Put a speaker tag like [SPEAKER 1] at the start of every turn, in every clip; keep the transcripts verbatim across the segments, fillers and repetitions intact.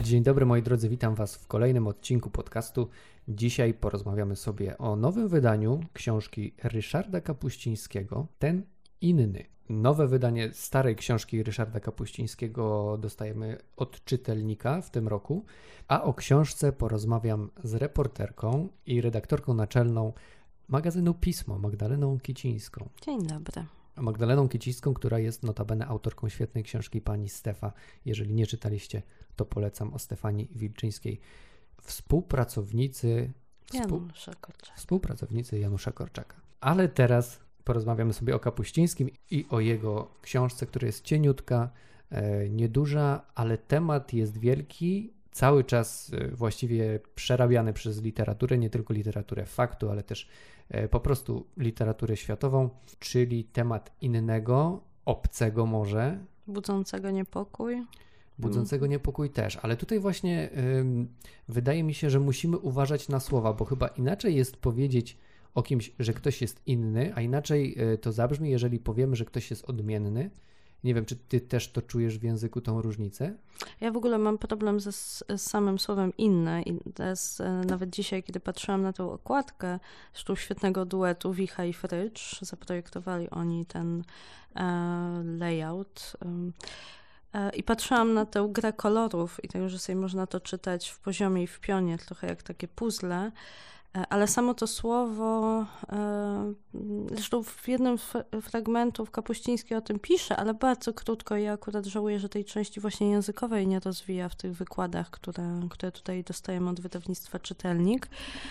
[SPEAKER 1] Dzień dobry moi drodzy, witam Was w kolejnym odcinku podcastu. Dzisiaj porozmawiamy sobie o nowym wydaniu książki Ryszarda Kapuścińskiego, Ten inny. Nowe wydanie starej książki Ryszarda Kapuścińskiego dostajemy od czytelnika w tym roku, a o książce porozmawiam z reporterką i redaktorką naczelną magazynu Pismo, Magdaleną Kicińską.
[SPEAKER 2] Dzień dobry.
[SPEAKER 1] Magdaleną Kicińską, która jest notabene autorką świetnej książki Pani Stefa. Jeżeli nie czytaliście, to polecam, o Stefanii Wilczyńskiej. Współpracownicy, współ...
[SPEAKER 2] Janusza Korczaka.
[SPEAKER 1] Współpracownicy Janusza Korczaka. Ale teraz porozmawiamy sobie o Kapuścińskim i o jego książce, która jest cieniutka, e, nieduża, ale temat jest wielki, cały czas e, właściwie przerabiany przez literaturę, nie tylko literaturę faktu, ale też e, po prostu literaturę światową, czyli temat innego, obcego może.
[SPEAKER 2] Budzącego niepokój.
[SPEAKER 1] Budzącego niepokój też, ale tutaj właśnie ym, wydaje mi się, że musimy uważać na słowa, bo chyba inaczej jest powiedzieć o kimś, że ktoś jest inny, a inaczej y, to zabrzmi, jeżeli powiemy, że ktoś jest odmienny. Nie wiem, czy ty też to czujesz w języku, tą różnicę?
[SPEAKER 2] Ja w ogóle mam problem ze, z samym słowem inny i teraz y, nawet dzisiaj, kiedy patrzyłam na tą okładkę zresztą świetnego duetu Wicha i Frycz, zaprojektowali oni ten y, layout, y, I patrzyłam na tę grę kolorów i tak, że sobie można to czytać w poziomie i w pionie, trochę jak takie puzzle, ale samo to słowo, zresztą w jednym z fragmentów Kapuściński o tym pisze, ale bardzo krótko i ja akurat żałuję, że tej części właśnie językowej nie rozwija w tych wykładach, które, które tutaj dostajemy od wydawnictwa Czytelnik,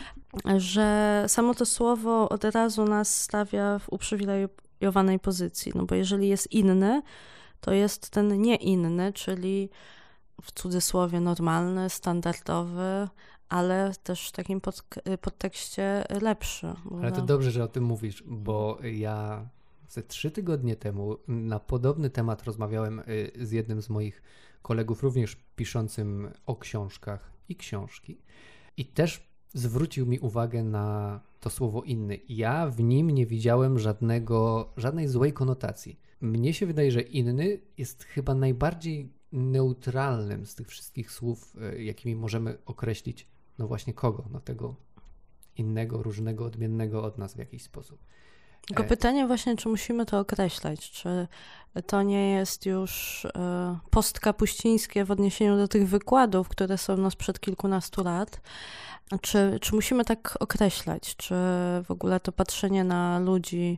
[SPEAKER 2] że samo to słowo od razu nas stawia w uprzywilejowanej pozycji, no bo jeżeli jest inny, to jest ten nie inny, czyli w cudzysłowie normalny, standardowy, ale też w takim pod, podtekście lepszy.
[SPEAKER 1] Ale to dobrze, że o tym mówisz, bo ja ze trzy tygodnie temu na podobny temat rozmawiałem z jednym z moich kolegów, również piszącym o książkach i książki. I też zwrócił mi uwagę na to słowo inny. Ja w nim nie widziałem żadnego, żadnej złej konotacji. Mnie się wydaje, że inny jest chyba najbardziej neutralnym z tych wszystkich słów, jakimi możemy określić, no właśnie kogo, no tego innego, różnego, odmiennego od nas w jakiś sposób.
[SPEAKER 2] Tylko pytanie właśnie, czy musimy to określać, czy to nie jest już postkapuścińskie w odniesieniu do tych wykładów, które są no sprzed kilkunastu lat, czy, czy musimy tak określać, czy w ogóle to patrzenie na ludzi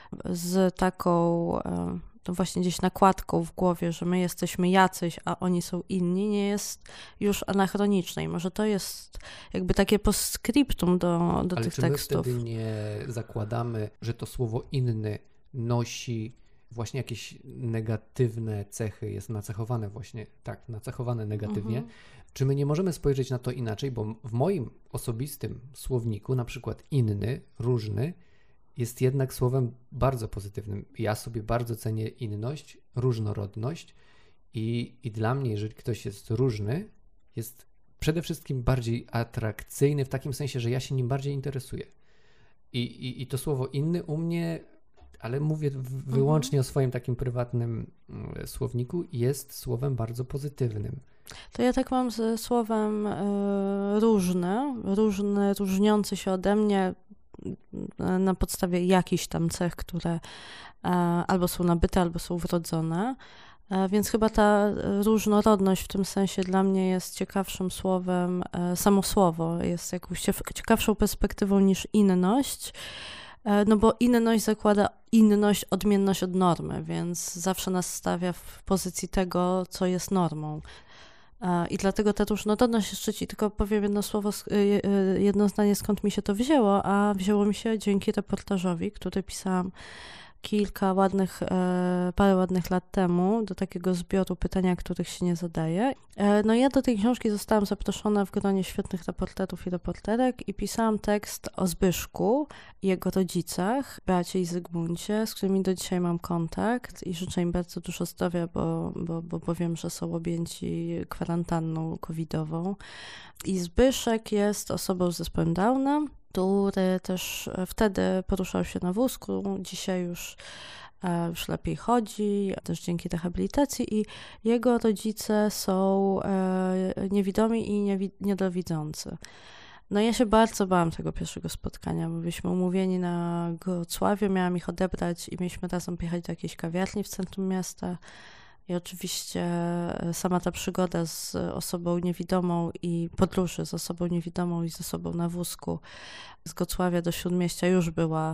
[SPEAKER 2] z taką to właśnie gdzieś nakładką w głowie, że my jesteśmy jacyś, a oni są inni, nie jest już anachroniczne. I może to jest jakby takie postscriptum do, do
[SPEAKER 1] Ale
[SPEAKER 2] tych
[SPEAKER 1] czy
[SPEAKER 2] tekstów.
[SPEAKER 1] Ale czy my wtedy nie zakładamy, że to słowo inny nosi właśnie jakieś negatywne cechy, jest nacechowane właśnie, tak, nacechowane negatywnie. Mhm. Czy my nie możemy spojrzeć na to inaczej, bo w moim osobistym słowniku na przykład inny, różny jest jednak słowem bardzo pozytywnym. Ja sobie bardzo cenię inność, różnorodność i, i dla mnie, jeżeli ktoś jest różny, jest przede wszystkim bardziej atrakcyjny w takim sensie, że ja się nim bardziej interesuję. I, i, i to słowo inny u mnie, ale mówię wyłącznie mhm. o swoim takim prywatnym słowniku, jest słowem bardzo pozytywnym.
[SPEAKER 2] To ja tak mam ze słowem y, różny, różny, różniący się ode mnie na podstawie jakichś tam cech, które albo są nabyte, albo są wrodzone. Więc chyba ta różnorodność w tym sensie dla mnie jest ciekawszym słowem, samo słowo jest jakąś ciekawszą perspektywą niż inność, no bo inność zakłada inność, odmienność od normy, więc zawsze nas stawia w pozycji tego, co jest normą. I dlatego ta różnorodność jeszcze ci tylko powiem jedno słowo, jedno zdanie, skąd mi się to wzięło, a wzięło mi się dzięki reportażowi, który pisałam kilka ładnych, parę ładnych lat temu do takiego zbioru pytania, których się nie zadaje. No ja do tej książki zostałam zaproszona w gronie świetnych reporterów i reporterek i pisałam tekst o Zbyszku i jego rodzicach, bracie i Zygmuncie, z którymi do dzisiaj mam kontakt i życzę im bardzo dużo zdrowia, bo, bo, bo, bo wiem, że są objęci kwarantanną covidową. I Zbyszek jest osobą z zespołem Downa, który też wtedy poruszał się na wózku, dzisiaj już już lepiej chodzi, też dzięki rehabilitacji i jego rodzice są niewidomi i niewi- niedowidzący. No ja się bardzo bałam tego pierwszego spotkania, bo byliśmy umówieni na Wrocławiu, miałam ich odebrać i mieliśmy razem pojechać do jakiejś kawiarni w centrum miasta. I oczywiście sama ta przygoda z osobą niewidomą i podróży z osobą niewidomą i z osobą na wózku z Wrocławia do Śródmieścia już była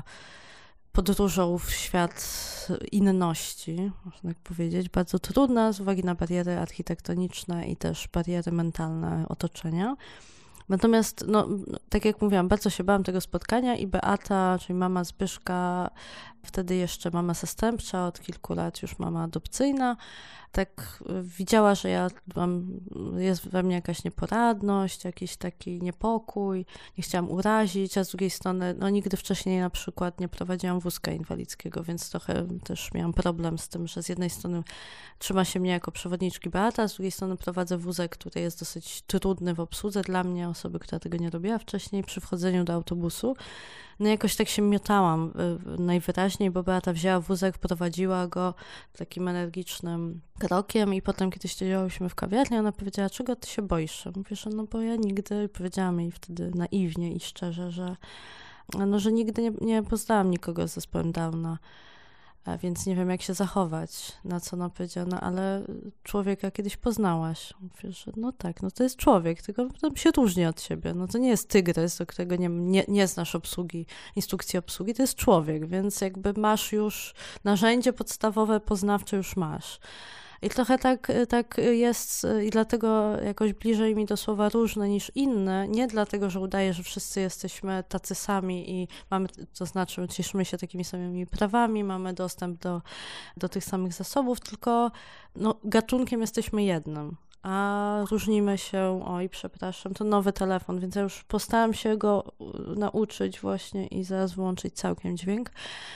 [SPEAKER 2] podróżą w świat inności, można tak powiedzieć, bardzo trudna z uwagi na bariery architektoniczne i też bariery mentalne otoczenia. Natomiast, no, tak jak mówiłam, bardzo się bałam tego spotkania i Beata, czyli mama Zbyszka, wtedy jeszcze mama zastępcza, od kilku lat już mama adopcyjna, tak widziała, że ja mam, jest we mnie jakaś nieporadność, jakiś taki niepokój, nie chciałam urazić, a z drugiej strony, no nigdy wcześniej na przykład nie prowadziłam wózka inwalidzkiego, więc trochę też miałam problem z tym, że z jednej strony trzyma się mnie jako przewodniczki Beata, a z drugiej strony prowadzę wózek, który jest dosyć trudny w obsłudze dla mnie, osoby, która tego nie robiła wcześniej, przy wchodzeniu do autobusu. No jakoś tak się miotałam najwyraźniej, bo Beata wzięła wózek, prowadziła go takim energicznym krokiem i potem, kiedy siedziałyśmy w kawiarni, ona powiedziała, czego ty się boisz? Mówię, że no bo ja nigdy, powiedziałam jej wtedy naiwnie i szczerze, że, no, że nigdy nie, nie poznałam nikogo z zespołem Downa, a więc nie wiem, jak się zachować. Na co ona powiedziała, no ale człowieka kiedyś poznałaś. Mówię, że no tak, no to jest człowiek, tylko to się różni od siebie. No to nie jest tygrys, do którego nie, nie, nie znasz obsługi, instrukcji obsługi, to jest człowiek, więc jakby masz już narzędzie podstawowe, poznawcze już masz. I trochę tak, tak jest i dlatego jakoś bliżej mi do słowa różne niż inne, nie dlatego, że udaje, że wszyscy jesteśmy tacy sami i mamy, to znaczy cieszymy się takimi samymi prawami, mamy dostęp do, do tych samych zasobów, tylko no, gatunkiem jesteśmy jednym, a różnimy się, oj przepraszam, to nowy telefon, więc ja już postaram się go nauczyć właśnie i zaraz włączyć całkiem dźwięk,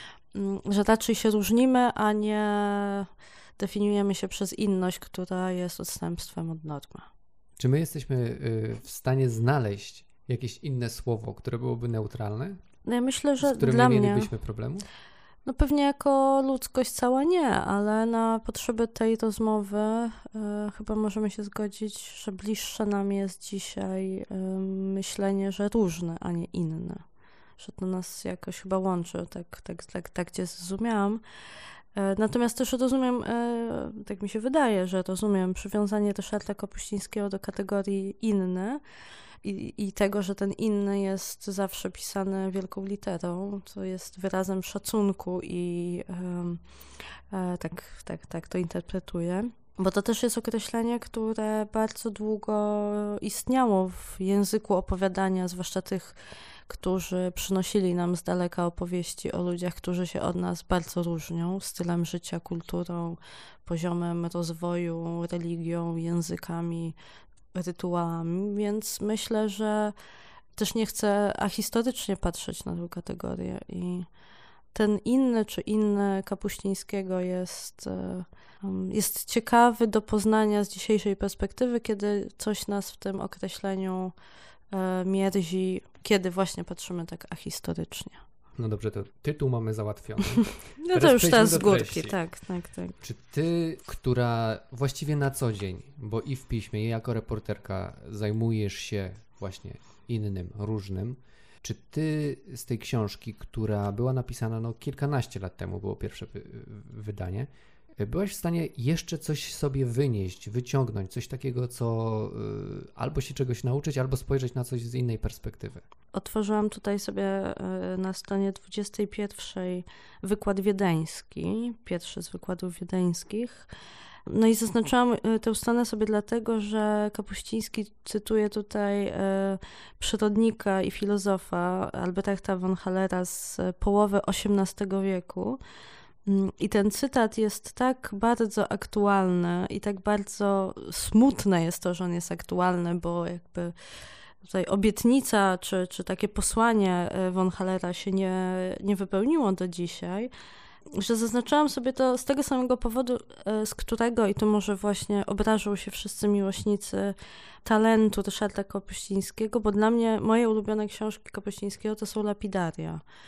[SPEAKER 2] że raczej się różnimy, a nie definiujemy się przez inność, która jest odstępstwem od normy.
[SPEAKER 1] Czy my jesteśmy w stanie znaleźć jakieś inne słowo, które byłoby neutralne?
[SPEAKER 2] No ja myślę, że
[SPEAKER 1] z którym
[SPEAKER 2] dla
[SPEAKER 1] nie
[SPEAKER 2] mnie
[SPEAKER 1] mielibyśmy problemu?
[SPEAKER 2] No pewnie jako ludzkość cała nie, ale na potrzeby tej rozmowy e, chyba możemy się zgodzić, że bliższe nam jest dzisiaj e, myślenie, że różne, a nie inne. Że to nas jakoś chyba łączy, tak, tak, tak, tak cię zrozumiałam. Natomiast też rozumiem, tak mi się wydaje, że rozumiem przywiązanie Ryszarda Kapuścińskiego do kategorii inny i, i tego, że ten inny jest zawsze pisany wielką literą, co jest wyrazem szacunku i e, tak, tak, tak to interpretuję. Bo to też jest określenie, które bardzo długo istniało w języku opowiadania, zwłaszcza tych, którzy przynosili nam z daleka opowieści o ludziach, którzy się od nas bardzo różnią stylem życia, kulturą, poziomem rozwoju, religią, językami, rytuałami, więc myślę, że też nie chcę ahistorycznie patrzeć na tę kategorię i ten inny czy inny Kapuścińskiego jest, jest ciekawy do poznania z dzisiejszej perspektywy, kiedy coś nas w tym określeniu mierzi, kiedy właśnie patrzymy tak ahistorycznie.
[SPEAKER 1] No dobrze, to tytuł mamy załatwiony.
[SPEAKER 2] No
[SPEAKER 1] teraz
[SPEAKER 2] to już teraz z
[SPEAKER 1] górki,
[SPEAKER 2] treści. tak, tak, tak.
[SPEAKER 1] Czy ty, która właściwie na co dzień, bo i w piśmie, i jako reporterka zajmujesz się właśnie innym, różnym, czy ty z tej książki, która była napisana no kilkanaście lat temu, było pierwsze wydanie, byłaś w stanie jeszcze coś sobie wynieść, wyciągnąć, coś takiego, co y, albo się czegoś nauczyć, albo spojrzeć na coś z innej perspektywy?
[SPEAKER 2] Otworzyłam tutaj sobie na stronie dwudziestej pierwszej wykład wiedeński, pierwszy z wykładów wiedeńskich. No i zaznaczyłam tę stronę sobie dlatego, że Kapuściński cytuje tutaj y, przyrodnika i filozofa Albrechta von Hallera z połowy osiemnastego wieku. I ten cytat jest tak bardzo aktualny i tak bardzo smutne jest to, że on jest aktualny, bo jakby tutaj obietnica czy, czy takie posłanie von Hallera się nie, nie wypełniło do dzisiaj, że zaznaczyłam sobie to z tego samego powodu, z którego, i tu może właśnie obrażą się wszyscy miłośnicy talentu Ryszarda Kapuścińskiego, bo dla mnie moje ulubione książki Kapuścińskiego to są lapidaria.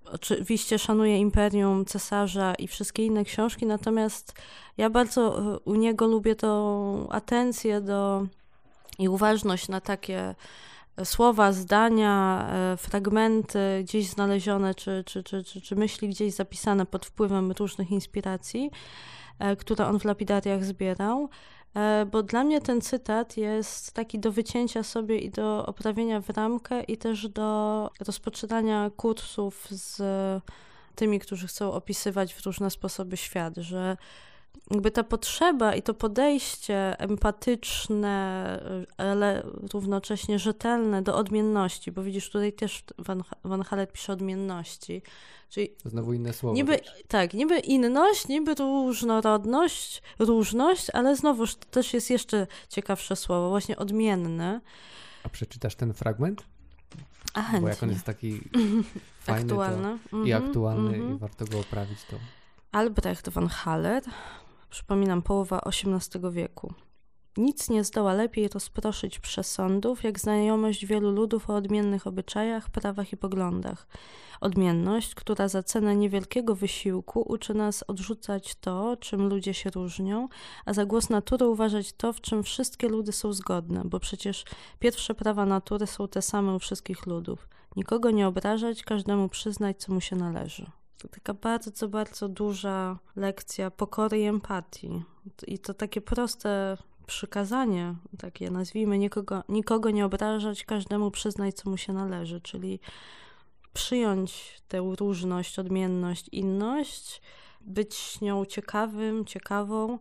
[SPEAKER 2] oczywiście szanuję Imperium Cesarza i wszystkie inne książki, natomiast ja bardzo u niego lubię tą atencję do i uważność na takie słowa, zdania, fragmenty gdzieś znalezione, czy, czy, czy, czy, czy myśli gdzieś zapisane pod wpływem różnych inspiracji, które on w lapidariach zbierał, bo dla mnie ten cytat jest taki do wycięcia sobie i do oprawienia w ramkę i też do rozpoczynania kursów z tymi, którzy chcą opisywać w różne sposoby świat, że jakby ta potrzeba i to podejście empatyczne, ale równocześnie rzetelne do odmienności, bo widzisz, tutaj też Van, Van Halet pisze odmienności, czyli
[SPEAKER 1] znowu inne słowo.
[SPEAKER 2] Niby, tak, niby inność, niby różnorodność, różność, ale znowuż to też jest jeszcze ciekawsze słowo, właśnie odmienny.
[SPEAKER 1] A przeczytasz ten fragment?
[SPEAKER 2] A chętnie.
[SPEAKER 1] Bo jak on jest taki fajny
[SPEAKER 2] aktualny.
[SPEAKER 1] To, i aktualny
[SPEAKER 2] mm-hmm.
[SPEAKER 1] i warto go oprawić, to...
[SPEAKER 2] Albrecht von Haller, przypominam, połowa osiemnastego wieku. Nic nie zdoła lepiej rozproszyć przesądów, jak znajomość wielu ludów o odmiennych obyczajach, prawach i poglądach. Odmienność, która za cenę niewielkiego wysiłku uczy nas odrzucać to, czym ludzie się różnią, a za głos natury uważać to, w czym wszystkie ludy są zgodne, bo przecież pierwsze prawa natury są te same u wszystkich ludów. Nikogo nie obrażać, każdemu przyznać, co mu się należy. To taka bardzo, bardzo duża lekcja pokory i empatii. I to takie proste przykazanie, takie nazwijmy, nikogo, nikogo nie obrażać, każdemu przyznać, co mu się należy, czyli przyjąć tę różność, odmienność, inność, być nią ciekawym, ciekawą,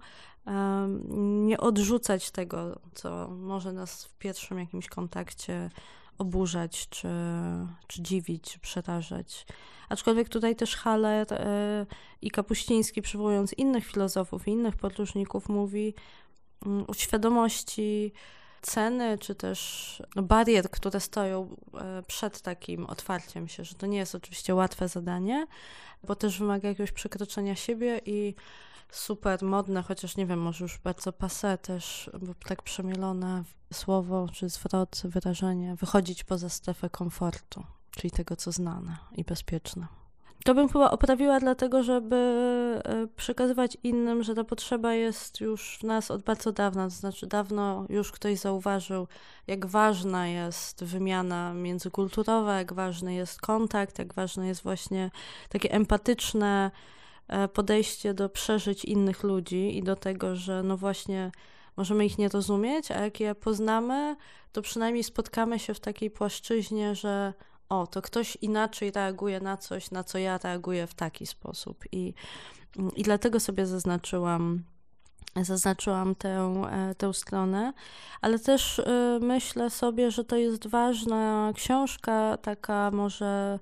[SPEAKER 2] nie odrzucać tego, co może nas w pierwszym jakimś kontakcie oburzać, czy, czy dziwić, czy przerażać. Aczkolwiek tutaj też Haller y, i Kapuściński, przywołując innych filozofów i innych podróżników, mówi y, o świadomości ceny, czy też barier, które stoją y, przed takim otwarciem się, że to nie jest oczywiście łatwe zadanie, bo też wymaga jakiegoś przekroczenia siebie i super modne, chociaż nie wiem, może już bardzo passé też, bo tak przemielone słowo, czy zwrot, wyrażenie, wychodzić poza strefę komfortu, czyli tego, co znane i bezpieczne. To bym chyba oprawiła dlatego, żeby przekazywać innym, że ta potrzeba jest już w nas od bardzo dawna, to znaczy dawno już ktoś zauważył, jak ważna jest wymiana międzykulturowa, jak ważny jest kontakt, jak ważne jest właśnie takie empatyczne podejście do przeżyć innych ludzi i do tego, że no właśnie możemy ich nie rozumieć, a jak je poznamy, to przynajmniej spotkamy się w takiej płaszczyźnie, że o, to ktoś inaczej reaguje na coś, na co ja reaguję w taki sposób. I, i dlatego sobie zaznaczyłam, zaznaczyłam tę, tę stronę, ale też y, myślę sobie, że to jest ważna książka, taka może...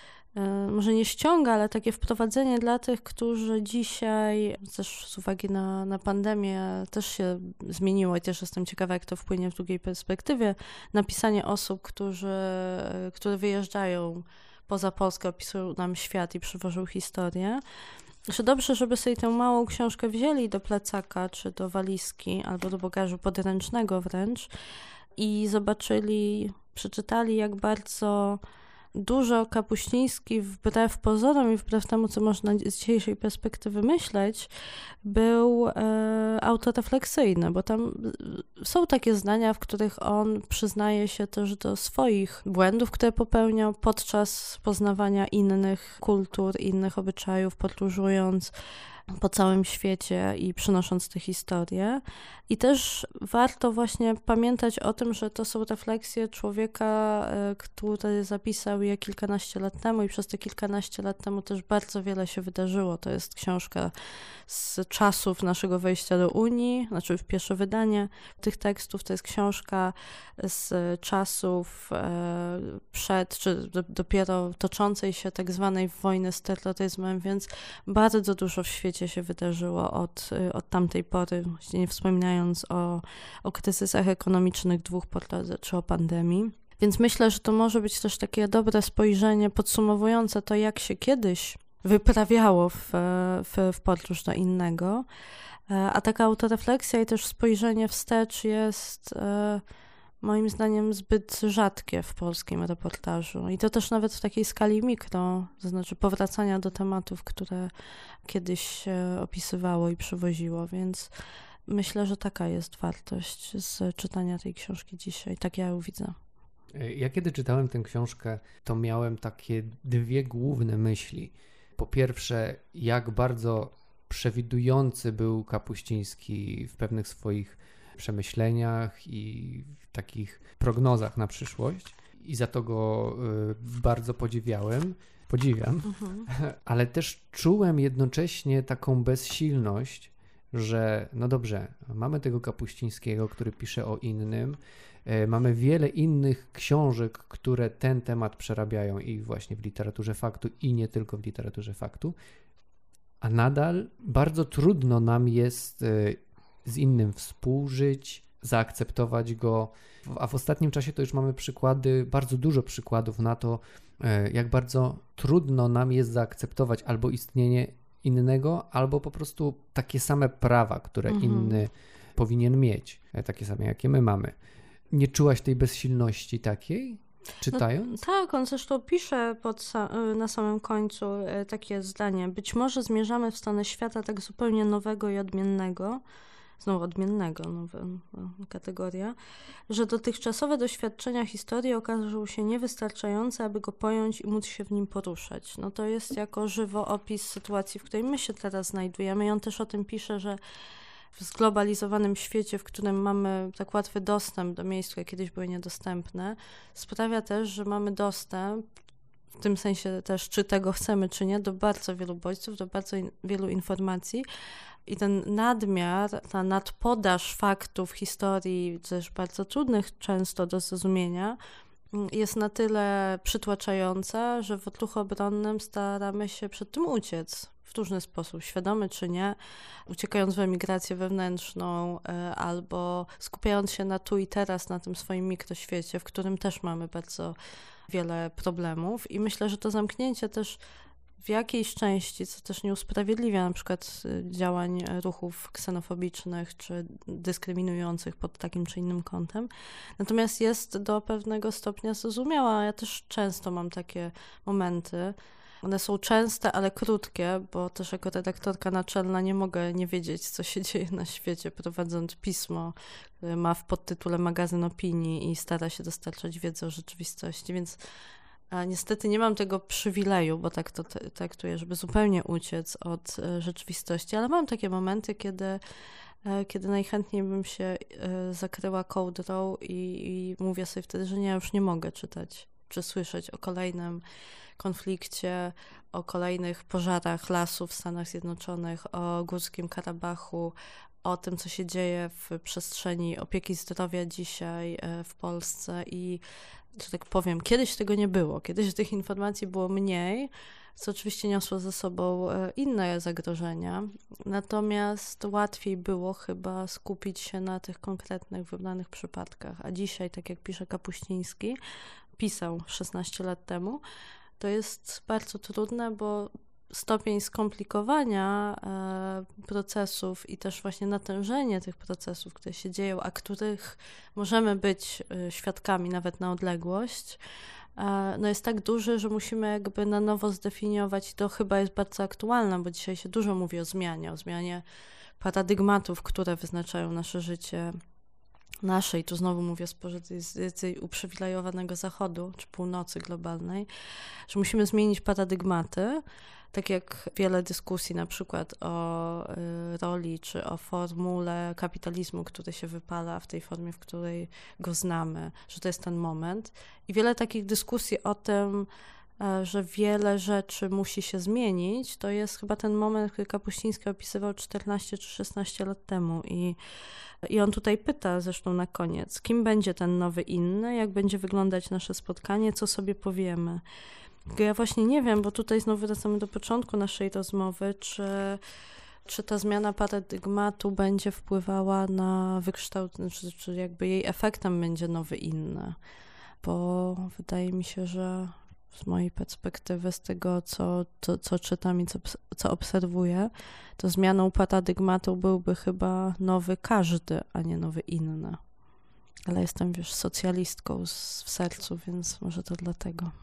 [SPEAKER 2] może nie ściąga, ale takie wprowadzenie dla tych, którzy dzisiaj, też z uwagi na, na pandemię, też się zmieniło i też jestem ciekawa, jak to wpłynie w długiej perspektywie, napisanie osób, którzy, które wyjeżdżają poza Polskę, opisują nam świat i przywożą historię. Że dobrze, żeby sobie tę małą książkę wzięli do plecaka, czy do walizki, albo do bagażu podręcznego wręcz i zobaczyli, przeczytali, jak bardzo dużo Kapuściński, wbrew pozorom i wbrew temu, co można z dzisiejszej perspektywy myśleć, był e, autorefleksyjny, bo tam są takie zdania, w których on przyznaje się też do swoich błędów, które popełniał podczas poznawania innych kultur, innych obyczajów, podróżując po całym świecie i przynosząc te historie. I też warto właśnie pamiętać o tym, że to są refleksje człowieka, który zapisał je kilkanaście lat temu i przez te kilkanaście lat temu też bardzo wiele się wydarzyło. To jest książka z czasów naszego wejścia do Unii, znaczy pierwsze wydanie tych tekstów, to jest książka z czasów przed, czy dopiero toczącej się tak zwanej wojny z terroryzmem, więc bardzo dużo w świecie się wydarzyło od, od tamtej pory, nie wspominając o, o kryzysach ekonomicznych dwóch po drodze, czy o pandemii. Więc myślę, że to może być też takie dobre spojrzenie podsumowujące to, jak się kiedyś wyprawiało w, w, w podróż do innego. A taka autorefleksja i też spojrzenie wstecz jest moim zdaniem zbyt rzadkie w polskim reportażu. I to też nawet w takiej skali mikro, to znaczy powracania do tematów, które kiedyś się opisywało i przywoziło, więc myślę, że taka jest wartość z czytania tej książki dzisiaj. Tak ja ją widzę.
[SPEAKER 1] Ja kiedy czytałem tę książkę, to miałem takie dwie główne myśli. Po pierwsze, jak bardzo przewidujący był Kapuściński w pewnych swoich przemyśleniach i w takich prognozach na przyszłość i za to go y, bardzo podziwiałem, podziwiam, mhm. ale też czułem jednocześnie taką bezsilność, że no dobrze, mamy tego Kapuścińskiego, który pisze o innym, y, mamy wiele innych książek, które ten temat przerabiają i właśnie w literaturze faktu i nie tylko w literaturze faktu, a nadal bardzo trudno nam jest y, z innym współżyć, zaakceptować go, a w ostatnim czasie to już mamy przykłady, bardzo dużo przykładów na to, jak bardzo trudno nam jest zaakceptować albo istnienie innego, albo po prostu takie same prawa, które mhm. inny powinien mieć, takie same, jakie my mamy. Nie czułaś tej bezsilności takiej, czytając?
[SPEAKER 2] No, tak, on zresztą pisze pod, na samym końcu takie zdanie. Być może zmierzamy w stronę świata tak zupełnie nowego i odmiennego, znowu odmiennego, nowa kategoria, że dotychczasowe doświadczenia historii okażą się niewystarczające, aby go pojąć i móc się w nim poruszać. No to jest jako żywo opis sytuacji, w której my się teraz znajdujemy i on też o tym pisze, że w zglobalizowanym świecie, w którym mamy tak łatwy dostęp do miejsc, które kiedyś były niedostępne, sprawia też, że mamy dostęp, w tym sensie też, czy tego chcemy, czy nie, do bardzo wielu bodźców, do bardzo in- wielu informacji. I ten nadmiar, ta nadpodaż faktów, historii, też bardzo trudnych często do zrozumienia, jest na tyle przytłaczająca, że w odruchu obronnym staramy się przed tym uciec w różny sposób, świadomy czy nie, uciekając w emigrację wewnętrzną albo skupiając się na tu i teraz, na tym swoim mikroświecie, w którym też mamy bardzo wiele problemów. I myślę, że to zamknięcie też w jakiejś części, co też nie usprawiedliwia na przykład działań ruchów ksenofobicznych czy dyskryminujących pod takim czy innym kątem. Natomiast jest do pewnego stopnia zrozumiała. Ja też często mam takie momenty. One są częste, ale krótkie, bo też jako redaktorka naczelna nie mogę nie wiedzieć, co się dzieje na świecie, prowadząc pismo, które ma w podtytule magazyn opinii i stara się dostarczać wiedzę o rzeczywistości, więc a niestety nie mam tego przywileju, bo tak to traktuję, żeby zupełnie uciec od rzeczywistości, ale mam takie momenty, kiedy, kiedy najchętniej bym się zakryła kołdrą i, i mówię sobie wtedy, że nie, już nie mogę czytać czy słyszeć o kolejnym konflikcie, o kolejnych pożarach lasów w Stanach Zjednoczonych, o Górskim Karabachu, o tym, co się dzieje w przestrzeni opieki zdrowia dzisiaj w Polsce i że tak powiem, kiedyś tego nie było, kiedyś tych informacji było mniej, co oczywiście niosło ze sobą inne zagrożenia, natomiast łatwiej było chyba skupić się na tych konkretnych, wybranych przypadkach, a dzisiaj, tak jak pisze Kapuściński, pisał szesnaście lat temu, to jest bardzo trudne, bo stopień skomplikowania e, procesów i też właśnie natężenie tych procesów, które się dzieją, a których możemy być e, świadkami nawet na odległość, e, no jest tak duży, że musimy jakby na nowo zdefiniować i to chyba jest bardzo aktualne, bo dzisiaj się dużo mówi o zmianie, o zmianie paradygmatów, które wyznaczają nasze życie, nasze, i tu znowu mówię z pozycji uprzywilejowanego zachodu, czy północy globalnej, że musimy zmienić paradygmaty, tak jak wiele dyskusji na przykład o y, roli czy o formule kapitalizmu, który się wypala w tej formie, w której go znamy, że to jest ten moment. I wiele takich dyskusji o tym, y, że wiele rzeczy musi się zmienić, to jest chyba ten moment, który Kapuściński opisywał czternaście czy szesnaście lat temu. I, i on tutaj pyta zresztą na koniec, kim będzie ten nowy inny, jak będzie wyglądać nasze spotkanie, co sobie powiemy. Ja właśnie nie wiem, bo tutaj znowu wracamy do początku naszej rozmowy, czy, czy ta zmiana paradygmatu będzie wpływała na wykształcenie, czy, czy jakby jej efektem będzie nowy inny, bo wydaje mi się, że z mojej perspektywy, z tego co, co, co czytam i co, co obserwuję, to zmianą paradygmatu byłby chyba nowy każdy, a nie nowy inny. Ale jestem, wiesz, socjalistką z, w sercu, więc może to dlatego.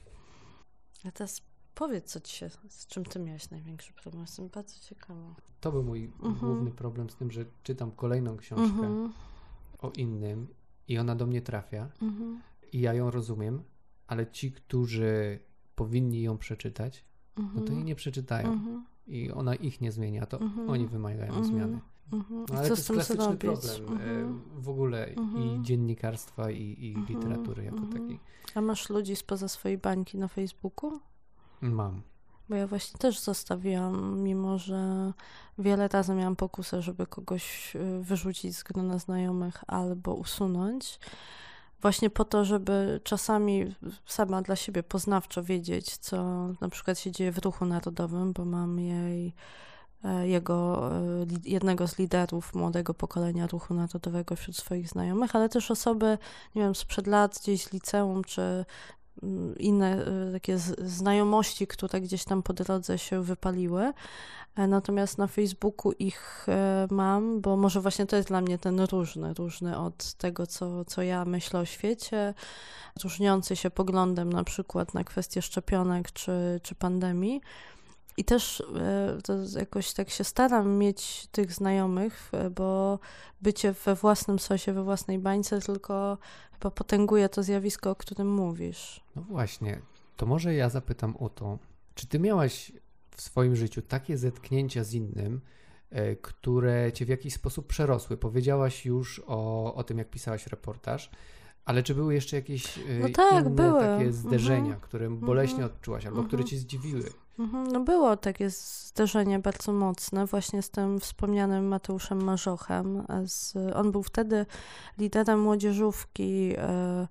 [SPEAKER 2] A teraz powiedz, co ci się, z czym ty miałeś największy problem. Jestem bardzo ciekawa.
[SPEAKER 1] To był mój
[SPEAKER 2] Mhm.
[SPEAKER 1] główny problem z tym, że czytam kolejną książkę
[SPEAKER 2] Mhm.
[SPEAKER 1] o innym i ona do mnie trafia
[SPEAKER 2] Mhm.
[SPEAKER 1] i ja ją rozumiem, ale ci, którzy powinni ją przeczytać, no to jej nie przeczytają
[SPEAKER 2] Mhm.
[SPEAKER 1] i ona ich nie zmienia, to
[SPEAKER 2] Mhm.
[SPEAKER 1] oni wymagają
[SPEAKER 2] Mhm.
[SPEAKER 1] zmiany.
[SPEAKER 2] Mhm.
[SPEAKER 1] No, ale
[SPEAKER 2] Co
[SPEAKER 1] to
[SPEAKER 2] z
[SPEAKER 1] jest
[SPEAKER 2] tym
[SPEAKER 1] klasyczny
[SPEAKER 2] zrobić?
[SPEAKER 1] problem e,
[SPEAKER 2] Mhm.
[SPEAKER 1] w ogóle
[SPEAKER 2] Mhm.
[SPEAKER 1] i dziennikarstwa, i, i
[SPEAKER 2] Mhm.
[SPEAKER 1] literatury jako
[SPEAKER 2] Mhm.
[SPEAKER 1] takiej.
[SPEAKER 2] A masz ludzi spoza swojej bańki na Facebooku?
[SPEAKER 1] Mam.
[SPEAKER 2] Bo ja właśnie też zostawiłam, mimo że wiele razy miałam pokusę, żeby kogoś y, wyrzucić z grona znajomych albo usunąć. Właśnie po to, żeby czasami sama dla siebie poznawczo wiedzieć, co na przykład się dzieje w ruchu narodowym, bo mam jej, e, jego, e, li- jednego z liderów młodego pokolenia ruchu narodowego wśród swoich znajomych, ale też osoby, nie wiem, sprzed lat gdzieś z liceum, czy mm, inne e, takie z- znajomości, które gdzieś tam po drodze się wypaliły. E, Natomiast na Facebooku ich e, mam, bo może właśnie to jest dla mnie ten różny, różny od tego, co, co ja myślę o świecie, różniący się poglądem na przykład na kwestie szczepionek czy, czy pandemii. I też e, to jakoś tak się staram mieć tych znajomych, e, bo bycie we własnym sosie, we własnej bańce tylko chyba potęguje to zjawisko, o którym mówisz.
[SPEAKER 1] No właśnie, to może ja zapytam o to, czy ty miałaś w swoim życiu takie zetknięcia z innym, e, które cię w jakiś sposób przerosły? Powiedziałaś już o, o tym, jak pisałaś reportaż, ale czy były jeszcze jakieś e,
[SPEAKER 2] No tak,
[SPEAKER 1] inne
[SPEAKER 2] były.
[SPEAKER 1] takie zderzenia,
[SPEAKER 2] Mhm.
[SPEAKER 1] które boleśnie
[SPEAKER 2] Mhm.
[SPEAKER 1] odczułaś albo
[SPEAKER 2] Mhm.
[SPEAKER 1] które cię zdziwiły?
[SPEAKER 2] Mhm, no było takie zderzenie bardzo mocne właśnie z tym wspomnianym Mateuszem Marzochem. Z, on był wtedy liderem młodzieżówki e,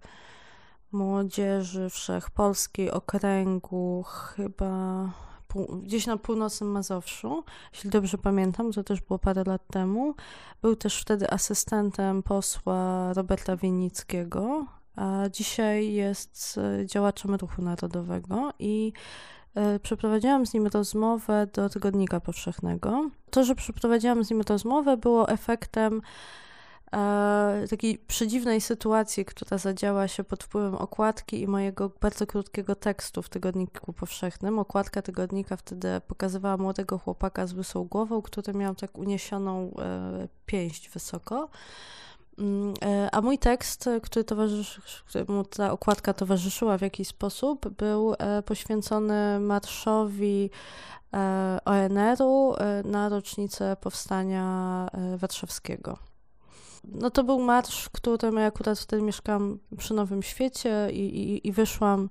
[SPEAKER 2] Młodzieży Wszechpolskiej okręgu chyba pół, gdzieś na północnym Mazowszu, jeśli dobrze pamiętam, to też było parę lat temu. Był też wtedy asystentem posła Roberta Winnickiego, a dzisiaj jest e, działaczem Ruchu Narodowego i E, Przeprowadziłam z nim rozmowę do Tygodnika Powszechnego. To, że przeprowadziłam z nim rozmowę, było efektem e, takiej przedziwnej sytuacji, która zadziała się pod wpływem okładki i mojego bardzo krótkiego tekstu w Tygodniku Powszechnym. Okładka tygodnika wtedy pokazywała młodego chłopaka z łysą głową, który miał tak uniesioną e, pięść wysoko. A mój tekst, który towarzysz, któremu ta okładka towarzyszyła w jakiś sposób, był poświęcony marszowi O N R-u na rocznicę powstania warszawskiego. No to był marsz, w którym ja akurat wtedy mieszkałam przy Nowym Świecie i, i, i wyszłam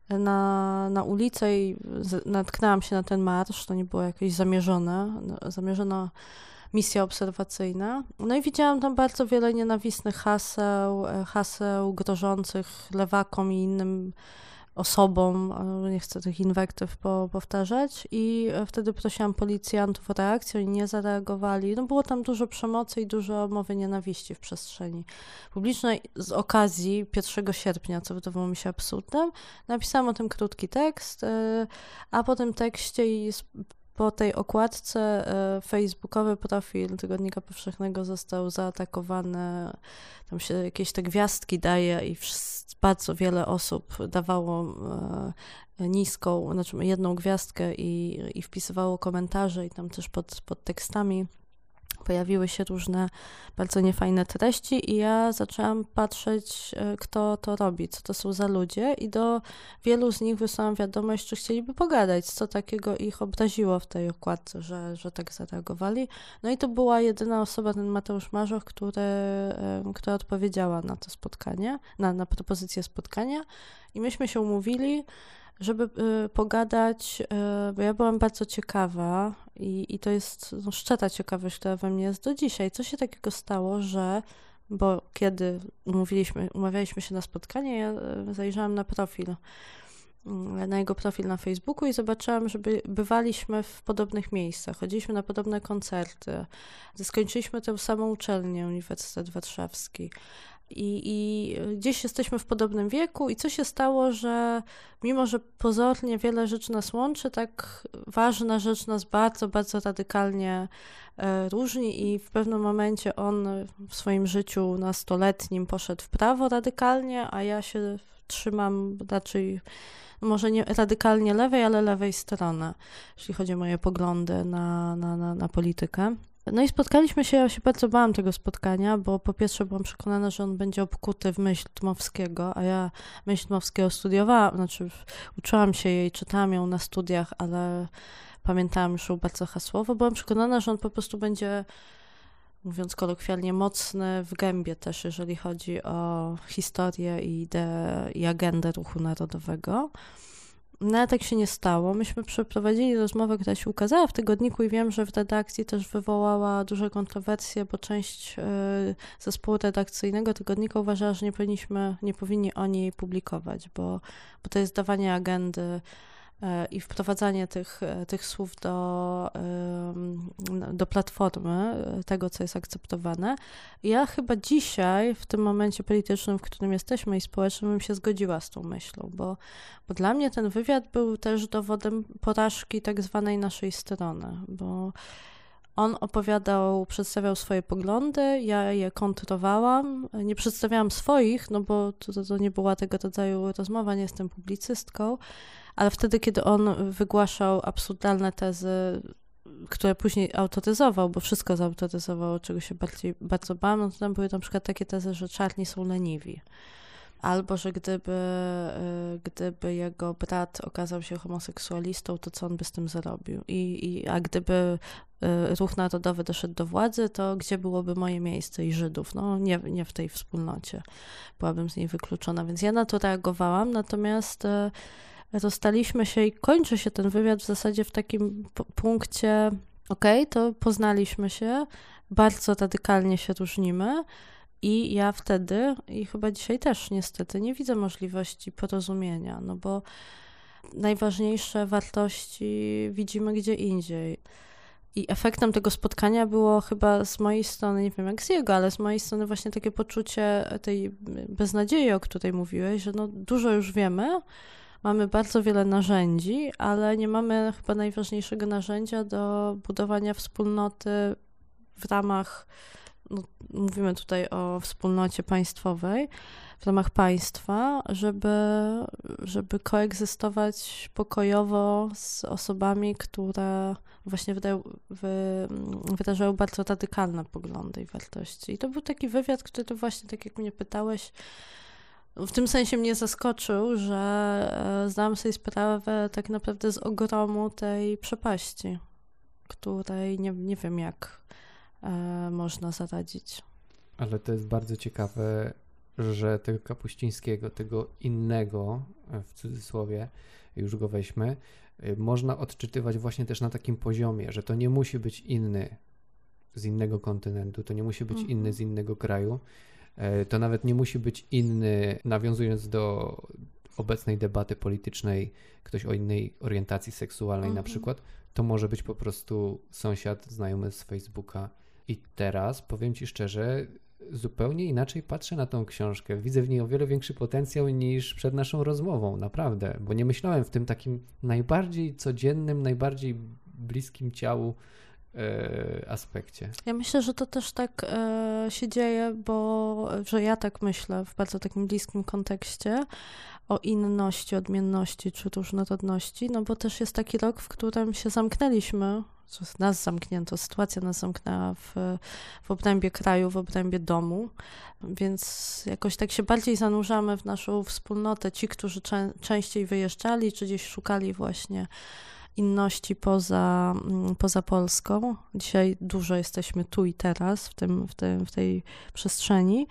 [SPEAKER 2] na, na ulicę i z, natknęłam się na ten marsz. To nie było jakieś zamierzone, zamierzona misja obserwacyjna. No i widziałam tam bardzo wiele nienawistnych haseł, haseł grożących lewakom i innym osobom, nie chcę tych inwektyw po, powtarzać i wtedy prosiłam policjantów o reakcję, oni nie zareagowali. No było tam dużo przemocy i dużo mowy nienawiści w przestrzeni publicznej z okazji pierwszego sierpnia, co wydawało mi się absurdem. Napisałam o tym krótki tekst, a po tym tekście i po tej okładce e, facebookowy profil Tygodnika Powszechnego został zaatakowany, tam się jakieś te gwiazdki daje i wszyscy, bardzo wiele osób dawało e, niską, znaczy jedną gwiazdkę i, i wpisywało komentarze i tam też pod, pod tekstami pojawiły się różne bardzo niefajne treści i ja zaczęłam patrzeć, kto to robi, co to są za ludzie i do wielu z nich wysłałam wiadomość, czy chcieliby pogadać, co takiego ich obraziło w tej okładce, że, że tak zareagowali. No i to była jedyna osoba, ten Mateusz Marzoch, który, która odpowiedziała na to spotkanie, na, na propozycję spotkania i myśmy się umówili, żeby y, pogadać, y, bo ja byłam bardzo ciekawa i, i to jest no, szczera ciekawość, która we mnie jest do dzisiaj. Co się takiego stało, że, bo kiedy umówiliśmy, umawialiśmy się na spotkanie, ja y, zajrzałam na profil, y, na jego profil na Facebooku i zobaczyłam, że by, bywaliśmy w podobnych miejscach, chodziliśmy na podobne koncerty, skończyliśmy tę samą uczelnię, Uniwersytet Warszawski. I, I gdzieś jesteśmy w podobnym wieku i co się stało, że mimo, że pozornie wiele rzeczy nas łączy, tak ważna rzecz nas bardzo, bardzo radykalnie e, różni i w pewnym momencie on w swoim życiu nastoletnim poszedł w prawo radykalnie, a ja się trzymam raczej może nie radykalnie lewej, ale lewej strony, jeśli chodzi o moje poglądy na, na, na, na politykę. No i spotkaliśmy się, ja się bardzo bałam tego spotkania, bo po pierwsze byłam przekonana, że on będzie obkuty w myśl Dmowskiego, a ja myśl Dmowskiego studiowałam, znaczy uczyłam się jej, czytałam ją na studiach, ale pamiętałam już ją bardzo hasłowo. Byłam przekonana, że on po prostu będzie, mówiąc kolokwialnie, mocny w gębie też, jeżeli chodzi o historię i ideę i agendę ruchu narodowego. No ale tak się nie stało. Myśmy przeprowadzili rozmowę, która się ukazała w tygodniku i wiem, że w redakcji też wywołała duże kontrowersje, bo część y, zespołu redakcyjnego tygodnika uważała, że nie powinniśmy, nie powinni oni jej publikować, bo, bo to jest dawanie agendy y, i wprowadzanie tych, tych słów do, y, do platformy, tego, co jest akceptowane. I ja chyba dzisiaj, w tym momencie politycznym, w którym jesteśmy i społecznym, bym się zgodziła z tą myślą, bo, bo dla mnie ten wywiad był też dowodem porażki tak zwanej naszej strony, bo on opowiadał, przedstawiał swoje poglądy, ja je kontrowałam, nie przedstawiałam swoich, no bo to, to nie była tego rodzaju rozmowa, nie jestem publicystką, ale wtedy, kiedy on wygłaszał absurdalne tezy, które później autoryzował, bo wszystko zautoryzował, czego się bardziej, bardzo bałam, no to tam były na przykład takie tezy, że czarni są leniwi. Albo, że gdyby, gdyby jego brat okazał się homoseksualistą, to co on by z tym zrobił? I, i, a gdyby ruch narodowy doszedł do władzy, to gdzie byłoby moje miejsce i Żydów? No nie, nie w tej wspólnocie. Byłabym z niej wykluczona, więc ja na to reagowałam, natomiast rozstaliśmy się i kończy się ten wywiad w zasadzie w takim p- punkcie, okej, okay, to poznaliśmy się, bardzo radykalnie się różnimy i ja wtedy, i chyba dzisiaj też niestety, nie widzę możliwości porozumienia, no bo najważniejsze wartości widzimy gdzie indziej. I efektem tego spotkania było chyba z mojej strony, nie wiem jak z jego, ale z mojej strony właśnie takie poczucie tej beznadziei, o której mówiłeś, że no dużo już wiemy, mamy bardzo wiele narzędzi, ale nie mamy chyba najważniejszego narzędzia do budowania wspólnoty w ramach, no, mówimy tutaj o wspólnocie państwowej, w ramach państwa, żeby, żeby koegzystować pokojowo z osobami, które właśnie wydają, wy, wyrażają bardzo radykalne poglądy i wartości. I to był taki wywiad, który właśnie, tak jak mnie pytałeś, w tym sensie mnie zaskoczył, że zdałam sobie sprawę tak naprawdę z ogromu tej przepaści, której nie, nie wiem jak e, można zaradzić.
[SPEAKER 1] Ale to jest bardzo ciekawe, że tego Kapuścińskiego, tego innego, w cudzysłowie, już go weźmy, można odczytywać właśnie też na takim poziomie, że to nie musi być inny z innego kontynentu, to nie musi być mhm. inny z innego kraju, to nawet nie musi być inny, nawiązując do obecnej debaty politycznej, ktoś o innej orientacji seksualnej mhm. na przykład, to może być po prostu sąsiad znajomy z Facebooka. I teraz, powiem Ci szczerze, zupełnie inaczej patrzę na tą książkę. Widzę w niej o wiele większy potencjał niż przed naszą rozmową, naprawdę, bo nie myślałem w tym takim najbardziej codziennym, najbardziej bliskim ciału e, aspekcie.
[SPEAKER 2] Ja myślę, że to też tak e, się dzieje, bo że ja tak myślę w bardzo takim bliskim kontekście o inności, odmienności czy różnorodności, no bo też jest taki rok, w którym się zamknęliśmy, nas zamknięto, sytuacja nas zamknęła w, w obrębie kraju, w obrębie domu, więc jakoś tak się bardziej zanurzamy w naszą wspólnotę. Ci, którzy czę- częściej wyjeżdżali, czy gdzieś szukali właśnie inności poza, poza Polską. Dzisiaj dużo jesteśmy tu i teraz, w, tym, w, tym, w tej przestrzeni.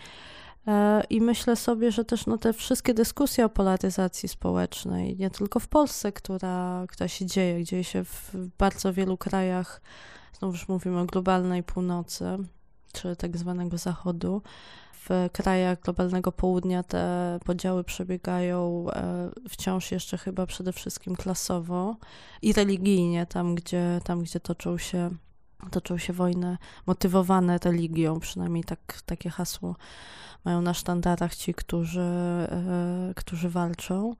[SPEAKER 2] I myślę sobie, że też no, te wszystkie dyskusje o polaryzacji społecznej, nie tylko w Polsce, która, która się dzieje, dzieje się w bardzo wielu krajach, znowu już mówimy o globalnej północy, czy tak zwanego zachodu. W krajach globalnego południa te podziały przebiegają wciąż jeszcze chyba przede wszystkim klasowo i religijnie, tam gdzie, tam, gdzie toczą się toczą się wojny motywowane religią, przynajmniej tak, takie hasło mają na sztandarach ci, którzy, e, którzy walczą,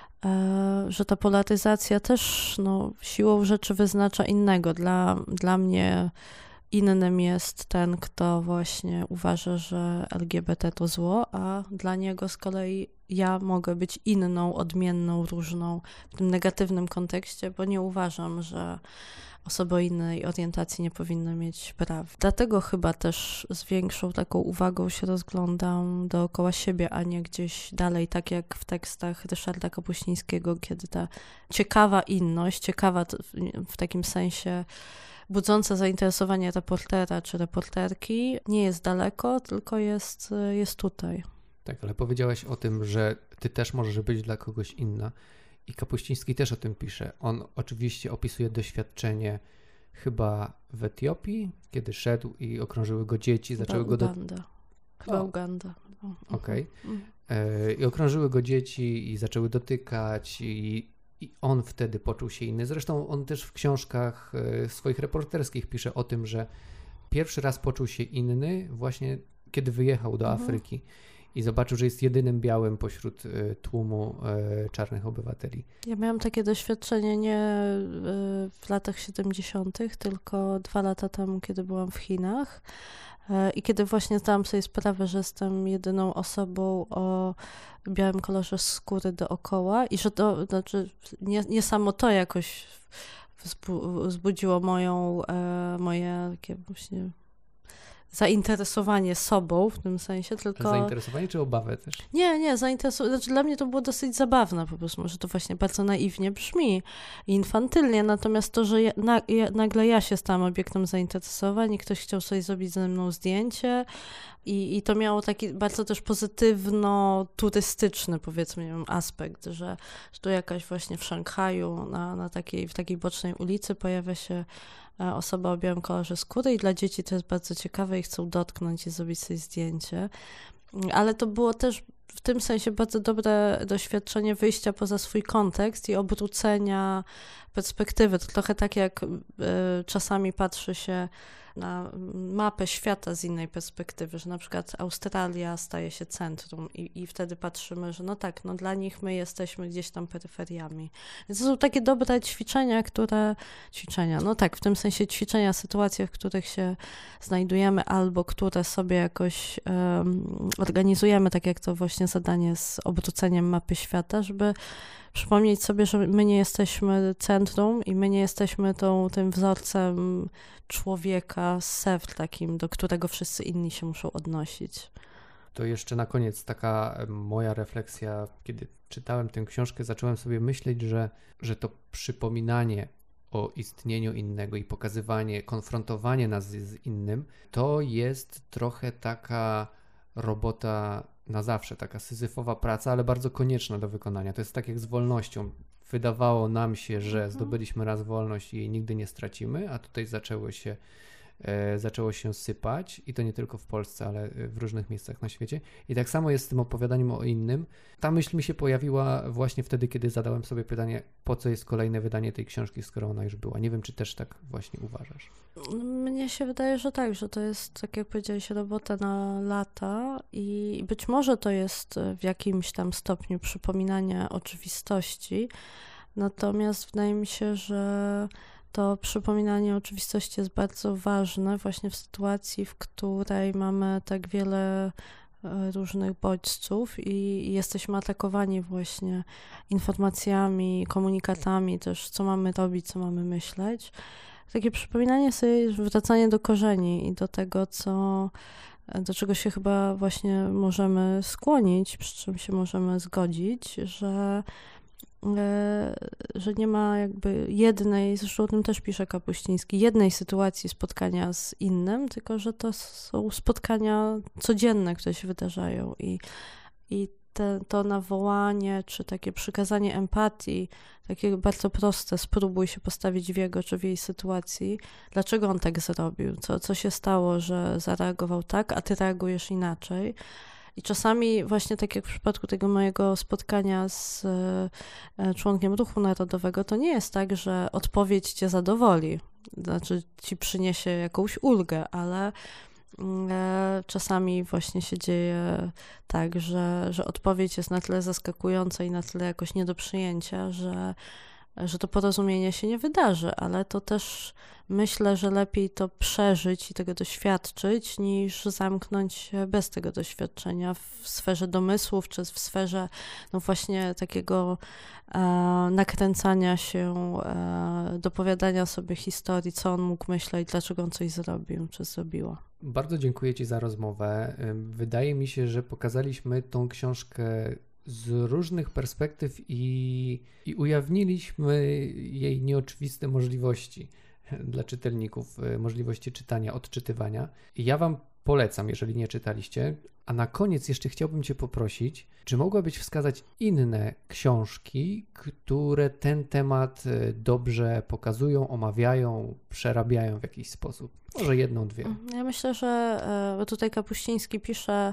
[SPEAKER 2] e, że ta polaryzacja też no, siłą rzeczy wyznacza innego. Dla, dla mnie innym jest ten, kto właśnie uważa, że L G B T to zło, a dla niego z kolei ja mogę być inną, odmienną, różną w tym negatywnym kontekście, bo nie uważam, że osoby o innej orientacji nie powinny mieć praw. Dlatego chyba też z większą taką uwagą się rozglądam dookoła siebie, a nie gdzieś dalej, tak jak w tekstach Ryszarda Kapuścińskiego, kiedy ta ciekawa inność, ciekawa w takim sensie budząca zainteresowanie reportera czy reporterki nie jest daleko, tylko jest, jest tutaj.
[SPEAKER 1] Tak, ale powiedziałaś o tym, że ty też możesz być dla kogoś inna. I Kapuściński też o tym pisze. On oczywiście opisuje doświadczenie chyba w Etiopii, kiedy szedł i okrążyły go dzieci,
[SPEAKER 2] Chyba
[SPEAKER 1] zaczęły go... Do...
[SPEAKER 2] Uganda. Chyba o. Uganda.
[SPEAKER 1] Okej. Okay. I okrążyły go dzieci i zaczęły dotykać i, i on wtedy poczuł się inny. Zresztą on też w książkach swoich reporterskich pisze o tym, że pierwszy raz poczuł się inny właśnie kiedy wyjechał do mhm. Afryki. I zobaczył, że jest jedynym białym pośród y, tłumu y, czarnych obywateli.
[SPEAKER 2] Ja miałam takie doświadczenie nie y, w latach siedemdziesiątych, tylko dwa lata temu, kiedy byłam w Chinach y, i kiedy właśnie zdałam sobie sprawę, że jestem jedyną osobą o białym kolorze skóry dookoła i że to, znaczy nie, nie samo to jakoś wzbu- wzbudziło moją, y, moje takie właśnie... zainteresowanie sobą w tym sensie, tylko...
[SPEAKER 1] Zainteresowanie czy obawę też?
[SPEAKER 2] Nie, nie, zainteresowanie. Znaczy dla mnie to było dosyć zabawne po prostu, może to właśnie bardzo naiwnie brzmi i infantylnie, natomiast to, że ja, na, ja, nagle ja się stałam obiektem zainteresowań i ktoś chciał sobie zrobić ze mną zdjęcie i, i to miało taki bardzo też pozytywno-turystyczny, powiedzmy, nie wiem, aspekt, że, że tu jakaś właśnie w Szanghaju na, na takiej, w takiej bocznej ulicy pojawia się osoba o białym kolorze skóry i dla dzieci to jest bardzo ciekawe i chcą dotknąć i zrobić sobie zdjęcie. Ale to było też w tym sensie bardzo dobre doświadczenie wyjścia poza swój kontekst i obrócenia perspektywy. To trochę tak jak y, czasami patrzy się na mapę świata z innej perspektywy, że na przykład Australia staje się centrum i, i wtedy patrzymy, że no tak, no dla nich my jesteśmy gdzieś tam peryferiami. Więc to są takie dobre ćwiczenia, które... Ćwiczenia, no tak, w tym sensie ćwiczenia, sytuacje, w których się znajdujemy albo które sobie jakoś um, organizujemy, tak jak to właśnie zadanie z obróceniem mapy świata, żeby przypomnieć sobie, że my nie jesteśmy centrum i my nie jesteśmy tą, tym wzorcem człowieka z Sewr takim, do którego wszyscy inni się muszą odnosić.
[SPEAKER 1] To jeszcze na koniec taka moja refleksja, kiedy czytałem tę książkę, zacząłem sobie myśleć, że, że to przypominanie o istnieniu innego i pokazywanie, konfrontowanie nas z innym, to jest trochę taka robota na zawsze, taka syzyfowa praca, ale bardzo konieczna do wykonania. To jest tak jak z wolnością. Wydawało nam się, że zdobyliśmy raz wolność i jej nigdy nie stracimy, a tutaj zaczęło się, e, zaczęło się sypać i to nie tylko w Polsce, ale w różnych miejscach na świecie. I tak samo jest z tym opowiadaniem o innym. Ta myśl mi się pojawiła właśnie wtedy, kiedy zadałem sobie pytanie, po co jest kolejne wydanie tej książki, skoro ona już była. Nie wiem, czy też tak właśnie uważasz.
[SPEAKER 2] Mnie się wydaje, że tak, że to jest, tak jak powiedziałeś, robota na lata i być może to jest w jakimś tam stopniu przypominania oczywistości, natomiast wydaje mi się, że to przypominanie oczywistości jest bardzo ważne właśnie w sytuacji, w której mamy tak wiele różnych bodźców i jesteśmy atakowani właśnie informacjami, komunikatami też, co mamy robić, co mamy myśleć. Takie przypominanie sobie, wracanie do korzeni i do tego, co, do czego się chyba właśnie możemy skłonić, przy czym się możemy zgodzić, że, że nie ma jakby jednej, zresztą o tym też pisze Kapuściński, jednej sytuacji spotkania z innym, tylko że to są spotkania codzienne, które się wydarzają i, i te, to nawołanie, czy takie przykazanie empatii, takie bardzo proste, spróbuj się postawić w jego czy w jej sytuacji, dlaczego on tak zrobił, co, co się stało, że zareagował tak, a ty reagujesz inaczej. I czasami właśnie tak jak w przypadku tego mojego spotkania z członkiem Ruchu Narodowego, to nie jest tak, że odpowiedź cię zadowoli. znaczy ci przyniesie jakąś ulgę, ale czasami właśnie się dzieje tak, że, że odpowiedź jest na tyle zaskakująca i na tyle jakoś nie do przyjęcia, że, że to porozumienie się nie wydarzy, ale to też myślę, że lepiej to przeżyć i tego doświadczyć, niż zamknąć się bez tego doświadczenia w sferze domysłów, czy w sferze no właśnie takiego e, nakręcania się, e, dopowiadania sobie historii, co on mógł myśleć, dlaczego on coś zrobił, czy zrobiła.
[SPEAKER 1] Bardzo dziękuję Ci za rozmowę. Wydaje mi się, że pokazaliśmy tą książkę z różnych perspektyw i, i ujawniliśmy jej nieoczywiste możliwości dla czytelników, możliwości czytania, odczytywania. I ja Wam polecam, jeżeli nie czytaliście. A na koniec jeszcze chciałbym Cię poprosić, czy mogłabyś wskazać inne książki, które ten temat dobrze pokazują, omawiają, przerabiają w jakiś sposób? Może jedną, dwie.
[SPEAKER 2] Ja myślę, że tutaj Kapuściński pisze,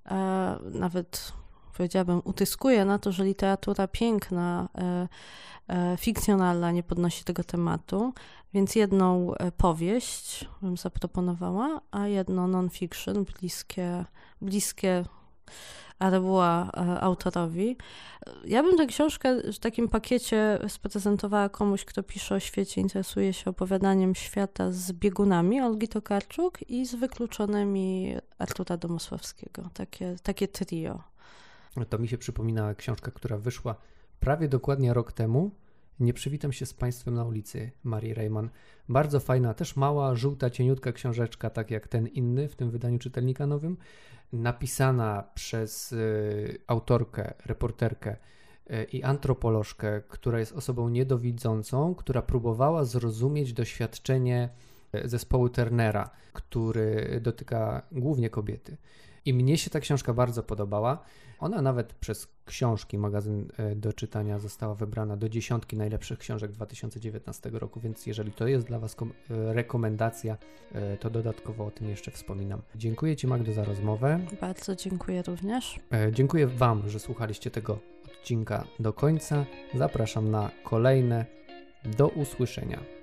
[SPEAKER 2] nawet powiedziałabym, utyskuje na to, że literatura piękna, fikcjonalna nie podnosi tego tematu, więc jedną powieść bym zaproponowała, a jedno non-fiction, bliskie, bliskie Arbuła autorowi. Ja bym tę książkę w takim pakiecie sprezentowała komuś, kto pisze o świecie, interesuje się opowiadaniem świata z biegunami Olgi Tokarczuk i z wykluczonymi Artura Domosławskiego. Takie, takie trio.
[SPEAKER 1] To mi się przypomina książka, która wyszła prawie dokładnie rok temu. Nie przywitam się z Państwem na ulicy Marii Reimann. Bardzo fajna, też mała, żółta, cieniutka książeczka, tak jak ten inny w tym wydaniu czytelnika nowym. Napisana przez y, autorkę, reporterkę y, i antropolożkę, która jest osobą niedowidzącą, która próbowała zrozumieć doświadczenie zespołu Turnera, który dotyka głównie kobiety. I mnie się ta książka bardzo podobała. Ona nawet przez książki, magazyn do czytania została wybrana do dziesiątki najlepszych książek dwa tysiące dziewiętnastego roku, więc jeżeli to jest dla Was kom- rekomendacja, to dodatkowo o tym jeszcze wspominam. Dziękuję Ci, Magdo, za rozmowę.
[SPEAKER 2] Bardzo dziękuję również.
[SPEAKER 1] Dziękuję Wam, że słuchaliście tego odcinka do końca. Zapraszam na kolejne. Do usłyszenia.